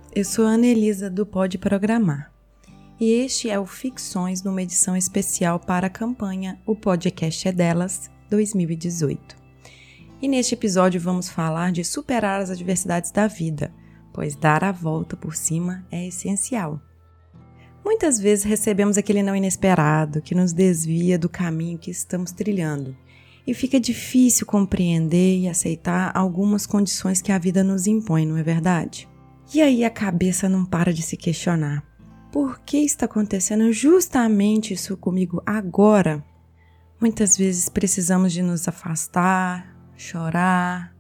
eu sou a Anelisa do Pode Programar e este é o Ficções numa edição especial para a campanha O Podcast é Delas 2018. E neste episódio vamos falar de superar as adversidades da vida, pois dar a volta por cima é essencial. Muitas vezes recebemos aquele não inesperado que nos desvia do caminho que estamos trilhando e fica difícil compreender e aceitar algumas condições que a vida nos impõe, não é verdade? E aí a cabeça não para de se questionar. Por que está acontecendo justamente isso comigo agora? Muitas vezes precisamos de nos afastar, chorar,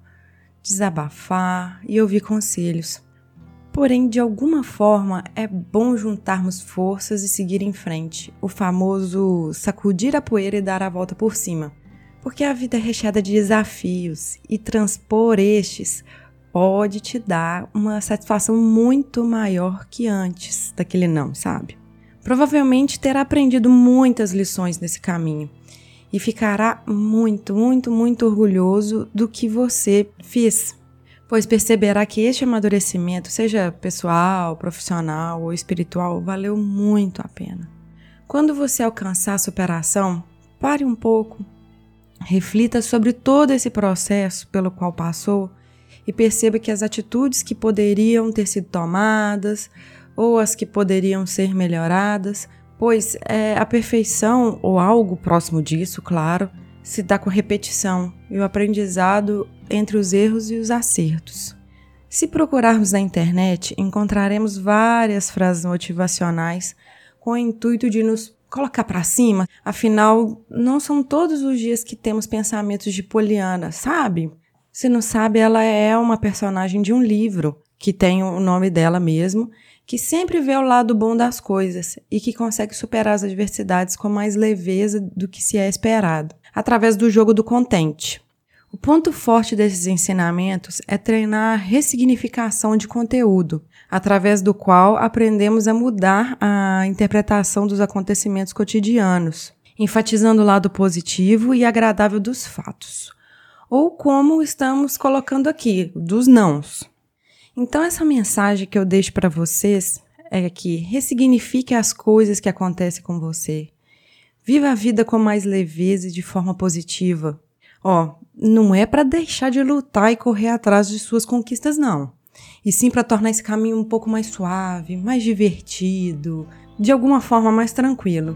desabafar e ouvir conselhos. Porém, de alguma forma, é bom juntarmos forças e seguir em frente, o famoso sacudir a poeira e dar a volta por cima. Porque a vida é recheada de desafios e transpor estes pode te dar uma satisfação muito maior que antes daquele não, sabe? Provavelmente terá aprendido muitas lições nesse caminho e ficará muito orgulhoso do que você fez, pois perceberá que este amadurecimento, seja pessoal, profissional ou espiritual, valeu muito a pena. Quando você alcançar a superação, pare um pouco, reflita sobre todo esse processo pelo qual passou e perceba que as atitudes que poderiam ter sido tomadas ou as que poderiam ser melhoradas, pois a perfeição ou algo próximo disso, claro, se dá com repetição e o aprendizado entre os erros e os acertos. Se procurarmos na internet, encontraremos várias frases motivacionais com o intuito de nos colocar para cima. Afinal, não são todos os dias que temos pensamentos de Poliana, sabe? Se não sabe, ela é uma personagem de um livro que tem o nome dela mesmo, que sempre vê o lado bom das coisas e que consegue superar as adversidades com mais leveza do que se é esperado, através do jogo do contente. O ponto forte desses ensinamentos é treinar a ressignificação de conteúdo, através do qual aprendemos a mudar a interpretação dos acontecimentos cotidianos, enfatizando o lado positivo e agradável dos fatos, ou como estamos colocando aqui, dos nãos. Então essa mensagem que eu deixo para vocês é que ressignifique as coisas que acontecem com você. Viva a vida com mais leveza e de forma positiva. Não é para deixar de lutar e correr atrás de suas conquistas, não. E sim para tornar esse caminho um pouco mais suave, mais divertido, de alguma forma mais tranquilo.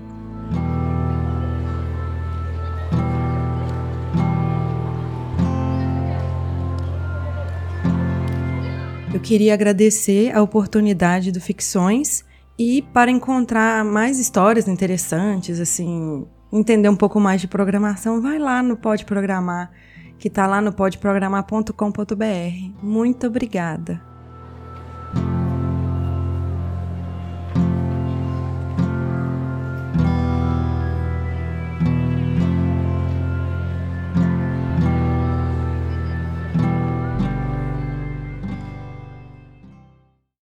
Eu queria agradecer a oportunidade do Ficções e para encontrar mais histórias interessantes, assim, entender um pouco mais de programação, vai lá no Pode Programar, que está lá no podeprogramar.com.br. Muito obrigada!